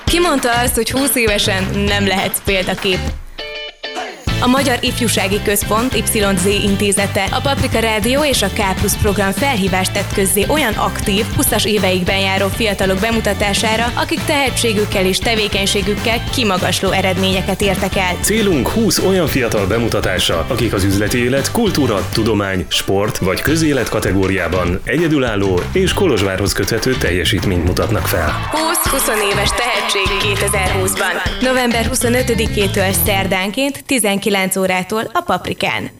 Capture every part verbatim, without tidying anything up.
Ki mondta azt, hogy húsz évesen nem lehetsz példakép? A Magyar Ifjúsági Központ Y Z intézete, a Paprika Rádió és a K plusz program felhívást tett közzé olyan aktív, húszas éveikben járó fiatalok bemutatására, akik tehetségükkel és tevékenységükkel kimagasló eredményeket értek el. Célunk húsz olyan fiatal bemutatása, akik az üzleti élet, kultúra, tudomány, sport vagy közélet kategóriában egyedülálló és Kolozsvárhoz köthető teljesítményt mutatnak fel. húsz-húsz éves tehetség kétezer-húszban. november huszonötödikétől szerdánként tizenkilenc órától a Paprikán.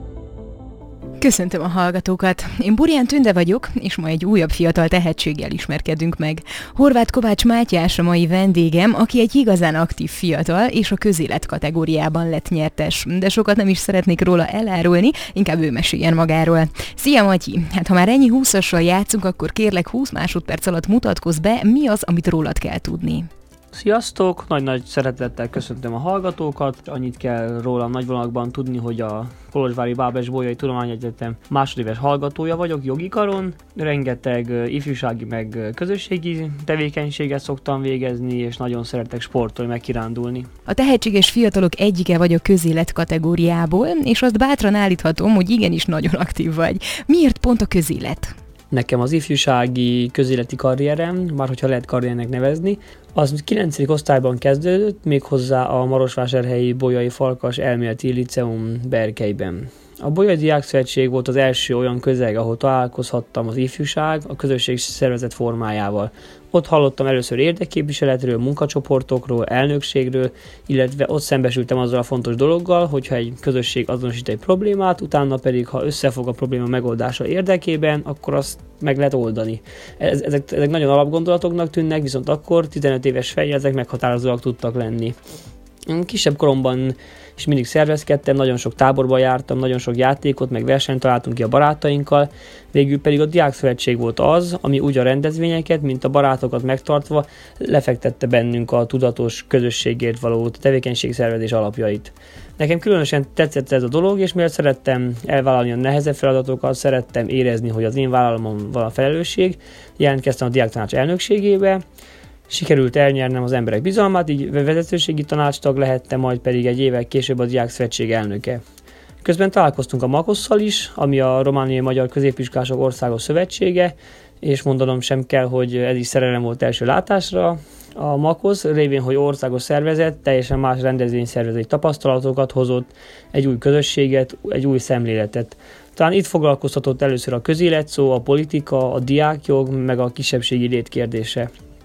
Köszöntöm a hallgatókat! Én Burján Tünde vagyok, és ma egy újabb fiatal tehetséggel ismerkedünk meg. Horváth Kovács Mátyás a mai vendégem, aki egy igazán aktív fiatal, és a közélet kategóriában lett nyertes. De sokat nem is szeretnék róla elárulni, inkább ő meséljen magáról. Szia Matyi! Hát ha már ennyi húszassal játszunk, akkor kérlek húsz másodperc alatt mutatkozz be, mi az, amit rólad kell tudni. Sziasztok! Nagy-nagy szeretettel köszöntöm a hallgatókat. Annyit kell rólam nagyvonalakban tudni, hogy a Kolozsvári Bábes-Bolyai Tudományegyetem másodéves hallgatója vagyok jogi karon. Rengeteg ifjúsági meg közösségi tevékenységet szoktam végezni, és nagyon szeretek sportolni, meg kirándulni. A tehetséges fiatalok egyike vagy a közélet kategóriából, és azt bátran állíthatom, hogy igenis nagyon aktív vagy. Miért pont a közélet? Nekem az ifjúsági közéleti karrierem, már hogyha lehet karriernek nevezni, az kilencedik osztályban kezdődött, méghozzá a Marosvásárhelyi Bolyai Farkas Elméleti Liceum Berkelyben. A Bolyai Diákszövetség volt az első olyan közeg, ahol találkozhattam az ifjúság a közösség szervezet formájával. Ott hallottam először érdekképviseletről, munkacsoportokról, elnökségről, illetve ott szembesültem azzal a fontos dologgal, hogyha egy közösség azonosít egy problémát, utána pedig, ha összefog a probléma megoldása érdekében, akkor azt meg lehet oldani. Ezek, ezek nagyon alapgondolatoknak tűnnek, viszont akkor tizenöt éves fejjel ezek meghatározóak tudtak lenni. Kisebb koromban is mindig szervezkedtem, nagyon sok táborba jártam, nagyon sok játékot, meg versenyt találtunk ki a barátainkkal, végül pedig a Diákszövetség volt az, ami úgy a rendezvényeket, mint a barátokat megtartva lefektette bennünk a tudatos közösségért való tevékenységszervezés alapjait. Nekem különösen tetszett ez a dolog, és miért szerettem elvállalni a nehezebb feladatokat, szerettem érezni, hogy az én vállalomon van a felelősség, jelentkeztem a Diáktanács elnökségébe. Sikerült elnyernem az emberek bizalmát, így vezetőségi tanácstag lehettem, majd pedig egy évvel később a Diákszövetség elnöke. Közben találkoztunk a makosszal is, ami a Romániai Magyar Középiskolások Országos Szövetsége, és mondanom sem kell, hogy ez is szerelem volt első látásra. A makosz révén, hogy országos szervezet, teljesen más rendezvényszervezeti tapasztalatokat hozott, egy új közösséget, egy új szemléletet. Talán itt foglalkoztatott először a közélet szó, a politika, a diákjog, meg a kisebbségi létkérdése.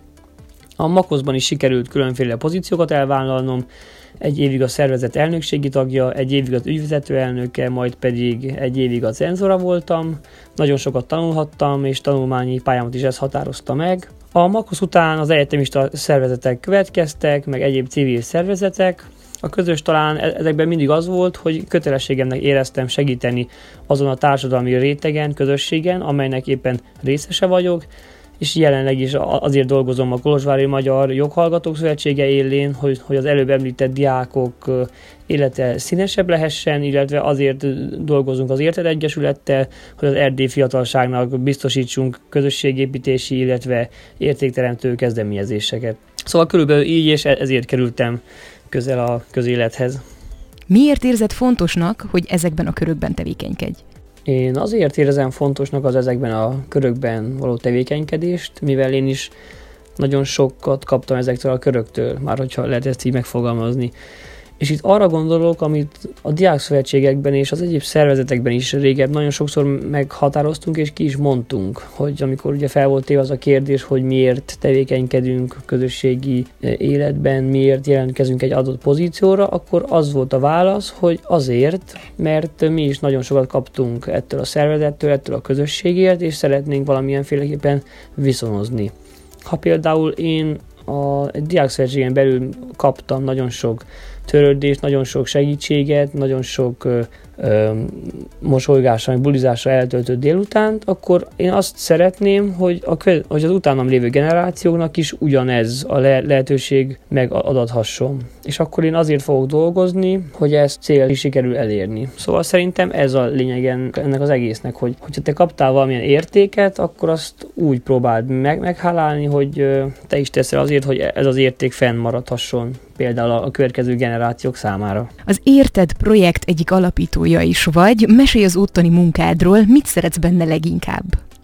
A makoszban is sikerült különféle pozíciókat elvállalnom, egy évig a szervezet elnökségi tagja, egy évig az ügyvezető elnöke, majd pedig egy évig a cenzora voltam. Nagyon sokat tanulhattam, és tanulmányi pályámat is ez határozta meg. A makosz után az egyetemista szervezetek következtek, meg egyéb civil szervezetek. A közös talán ezekben mindig az volt, hogy kötelességemnek éreztem segíteni azon a társadalmi rétegen, közösségen, amelynek éppen részese vagyok, és jelenleg is azért dolgozom a Kolozsvári Magyar Joghallgatók Szövetsége élén, hogy, hogy az előbb említett diákok élete színesebb lehessen, illetve azért dolgozunk az Érted Egyesülettel, hogy az erdélyi fiatalságnak biztosítsunk közösségépítési, illetve értékteremtő kezdeményezéseket. Szóval körülbelül így, és ezért kerültem közel a közélethez. Miért érzed fontosnak, hogy ezekben a körökben tevékenykedj? Én azért érzem fontosnak az ezekben a körökben való tevékenykedést, mivel én is nagyon sokat kaptam ezektől a köröktől, már hogyha lehet ezt így megfogalmazni. És itt arra gondolok, amit a diákszövetségekben és az egyéb szervezetekben is régebb nagyon sokszor meghatároztunk és ki is mondtunk, hogy amikor ugye fel volt téve az a kérdés, hogy miért tevékenykedünk a közösségi életben, miért jelentkezünk egy adott pozícióra, akkor az volt a válasz, hogy azért, mert mi is nagyon sokat kaptunk ettől a szervezettől, ettől a közösségért, és szeretnénk valamilyenféleképpen viszonozni. Ha például én a diákszövetségen belül kaptam nagyon sok törődést, nagyon sok segítséget, nagyon sok ö, ö, mosolygásra, meg bulizásra eltöltött délutánt, akkor én azt szeretném, hogy, a, hogy az utánam lévő generációknak is ugyanez a le- lehetőség megadathasson. És akkor én azért fogok dolgozni, hogy ezt cél is sikerül elérni. Szóval szerintem ez a lényegen ennek az egésznek, hogy hogyha te kaptál valamilyen értéket, akkor azt úgy próbáld meg, meghálálni, hogy te is teszel azért, hogy ez az érték fennmaradhasson, például a következő generációk számára. Az Érted projekt egyik alapítója is vagy, mesélj az ottani munkádról, mit szeretsz benne leginkább?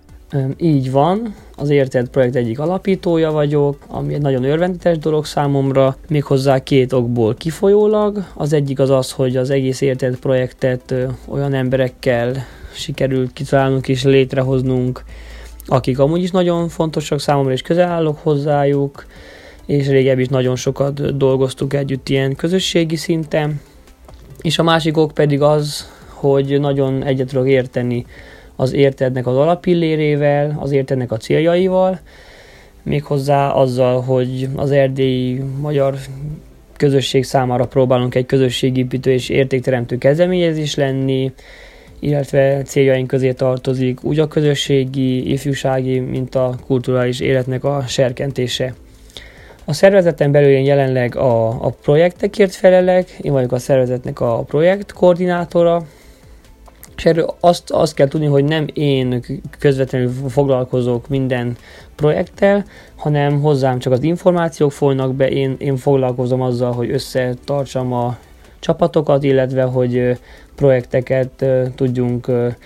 Így van, az Érted projekt egyik alapítója vagyok, ami egy nagyon örvendetes dolog számomra, méghozzá két okból kifolyólag. Az egyik az az, hogy az egész Érted projektet ö, olyan emberekkel sikerült kitalálnunk és létrehoznunk, akik amúgy is nagyon fontosak számomra, és közel állok hozzájuk, és régebb is nagyon sokat dolgoztuk együtt ilyen közösségi szinten. És a másik ok pedig az, hogy nagyon egyet tudok érteni az Értednek az alapillérével, az Értednek a céljaival, méghozzá azzal, hogy az erdélyi magyar közösség számára próbálunk egy közösségépítő és értékteremtő kezdeményezés lenni, illetve céljaink közé tartozik úgy a közösségi, ifjúsági, mint a kulturális életnek a serkentése. A szervezeten belül én jelenleg a, a projektekért felelek, én vagyok a szervezetnek a projektkoordinátora, és erről azt, azt kell tudni, hogy nem én közvetlenül foglalkozok minden projekttel, hanem hozzám csak az információk folynak be, én, én foglalkozom azzal, hogy összetartsam a csapatokat, illetve hogy projekteket tudjunk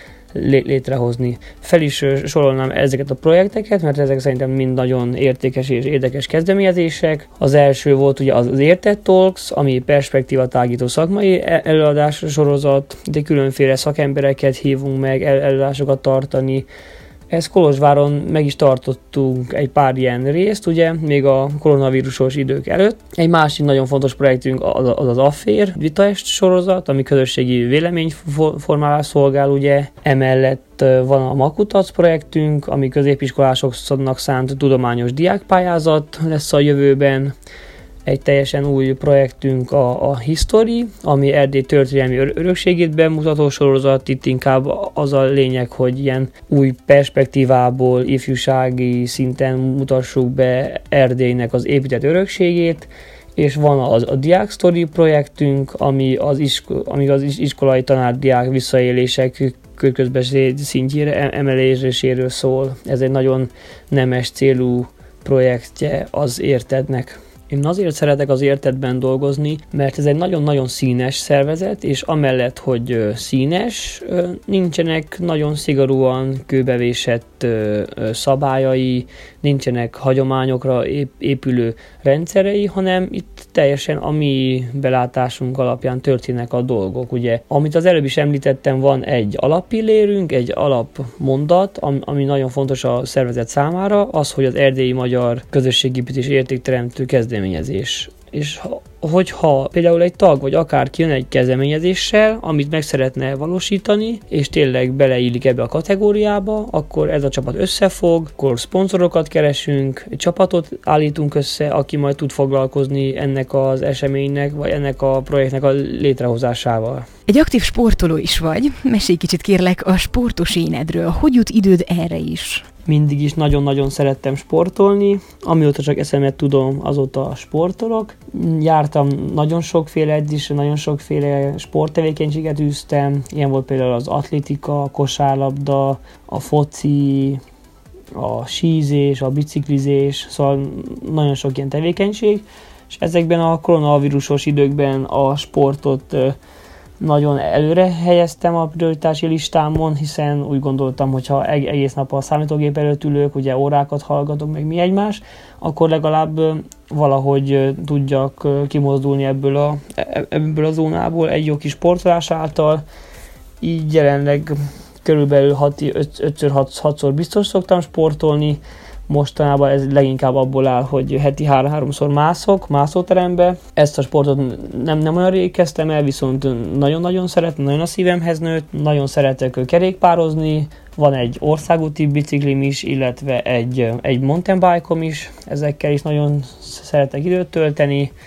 létrehozni. Fel is sorolnám ezeket a projekteket, mert ezek szerintem mind nagyon értékes és érdekes kezdeményezések. Az első volt ugye az Érted Talks, ami perspektívatágító szakmai előadás sorozat, de különféle szakembereket hívunk meg előadásokat tartani. Ezt Kolozsváron meg is tartottunk egy pár ilyen részt, ugye, még a koronavírusos idők előtt. Egy másik nagyon fontos projektünk az az, az Affér vitaest sorozat, ami közösségi véleményformálás szolgál, ugye. Emellett van a Makutac projektünk, ami középiskolásoknak szánt tudományos diákpályázat lesz a jövőben. Egy teljesen új projektünk a, a History, ami Erdély történelmi örökségét bemutató sorozat. Itt inkább az a lényeg, hogy ilyen új perspektívából, ifjúsági szinten mutassuk be Erdélynek az épített örökségét, és van az a Diák Story projektünk, ami az, isko, ami az iskolai tanár-diák visszaélések közbeszéd szintjére emeléséről szól. Ez egy nagyon nemes célú projektje az Értednek. Én azért szeretek az Értedben dolgozni, mert ez egy nagyon-nagyon színes szervezet, és amellett, hogy színes, nincsenek nagyon szigorúan kőbevésett szabályai, nincsenek hagyományokra épülő rendszerei, hanem itt teljesen a mi belátásunk alapján történnek a dolgok. Ugye, amit az előbb is említettem, van egy alappillérünk, egy alapmondat, ami nagyon fontos a szervezet számára, az, hogy az erdélyi magyar közösségépítés értékteremtő kezdeményezés. És hogyha például egy tag vagy akárki jön egy kezdeményezéssel, amit meg szeretne valósítani, és tényleg beleillik ebbe a kategóriába, akkor ez a csapat összefog, akkor szponzorokat keresünk, egy csapatot állítunk össze, aki majd tud foglalkozni ennek az eseménynek, vagy ennek a projektnek a létrehozásával. Egy aktív sportoló is vagy. Mesélj kicsit kérlek a sportos énedről. Hogy jut időd erre is? Mindig is nagyon-nagyon szerettem sportolni. Amióta csak eszemet tudom, azóta sportolok. Jártam nagyon sokféle edzésre, nagyon sokféle sporttevékenységet űztem. Ilyen volt például az atlétika, a kosárlabda, a foci, a sízés, a biciklizés, szóval nagyon sok ilyen tevékenység. És ezekben a koronavírusos időkben a sportot nagyon előre helyeztem a prioritási listámon, hiszen úgy gondoltam, hogy ha egész nap a számítógép előtt ülök, ugye órákat hallgatok, meg mi egymás, akkor legalább valahogy tudjak kimozdulni ebből a, ebből a zónából egy jó kis sportolás által. Így jelenleg körülbelül ötször hatszor biztos szoktam sportolni. Mostanában ez leginkább abból áll, hogy heti három-háromszor mászok, mászóterembe. Ezt a sportot nem, nem olyan rég kezdtem el, viszont nagyon-nagyon szeretem, nagyon a szívemhez nőtt. Nagyon szeretek kerékpározni, van egy országúti biciklim is, illetve egy, egy mountain bike-om is. Ezekkel is nagyon szeretek időt tölteni.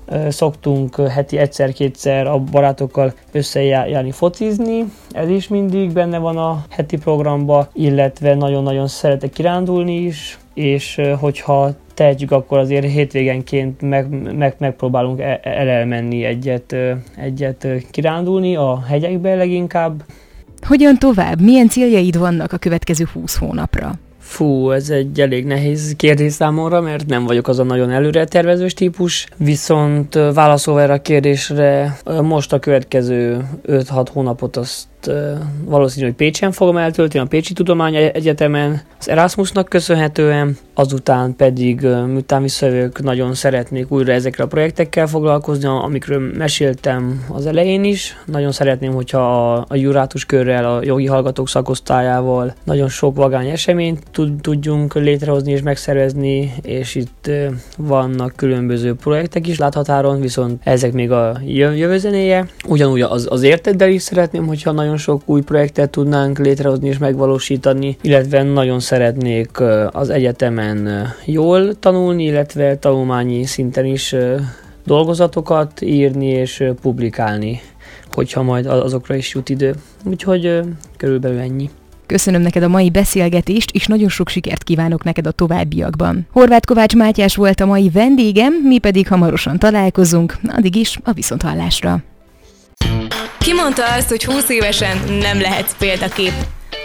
Szoktunk heti egyszer-kétszer a barátokkal összejárni focizni, ez is mindig benne van a heti programba, illetve nagyon-nagyon szeretek kirándulni is, és hogyha tehetjük, akkor azért hétvégenként meg, meg, megpróbálunk el elmenni egyet, egyet kirándulni a hegyekbe leginkább. Hogyan tovább? Milyen céljaid vannak a következő húsz hónapra? Fú, ez egy elég nehéz kérdés számomra, mert nem vagyok az a nagyon előre tervezős típus, viszont válaszolva erre a kérdésre, most a következő öt-hat hónapot azt valószínű, hogy Pécsen fogom eltölteni, a Pécsi Tudományegyetemen, az Erasmusnak köszönhetően, azután pedig, miután visszajövök, nagyon szeretnék újra ezekkel a projektekkel foglalkozni, amikről meséltem az elején is. Nagyon szeretném, hogyha a, a jurátus körrel, a jogi hallgatók szakosztályával nagyon sok vagány eseményt tud, tudjunk létrehozni és megszervezni, és itt vannak különböző projektek is láthatáron, viszont ezek még a jövő zenéje. Ugyanúgy az, az érteddel is szeretném, hogyha nagyon sok új projektet tudnánk létrehozni és megvalósítani, illetve nagyon szeretnék az egyetemen jól tanulni, illetve tanulmányi szinten is dolgozatokat írni és publikálni, hogyha majd azokra is jut idő. Úgyhogy körülbelül ennyi. Köszönöm neked a mai beszélgetést, és nagyon sok sikert kívánok neked a továbbiakban. Horváth Kovács Mátyás volt a mai vendégem, mi pedig hamarosan találkozunk, addig is a viszonthallásra. Ki mondta azt, hogy húsz évesen nem lehetsz példakép?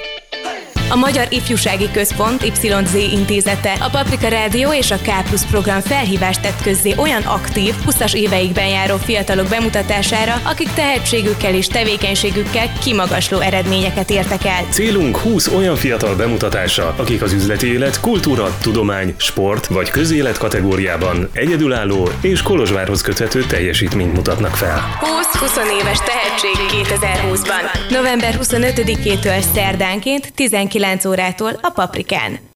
A Magyar Ifjúsági Központ Y Z intézete, a Paprika Rádió és a K plusz program felhívást tett közzé olyan aktív, húszas éveikben járó fiatalok bemutatására, akik tehetségükkel és tevékenységükkel kimagasló eredményeket értek el. Célunk húsz olyan fiatal bemutatása, akik az üzleti élet, kultúra, tudomány, sport vagy közélet kategóriában egyedülálló és Kolozsvárhoz köthető teljesítményt mutatnak fel. húsz-húsz éves tehetség kétezer-húszban. november huszonötödikétől szerdánként tizenkilenc órától a Paprikán.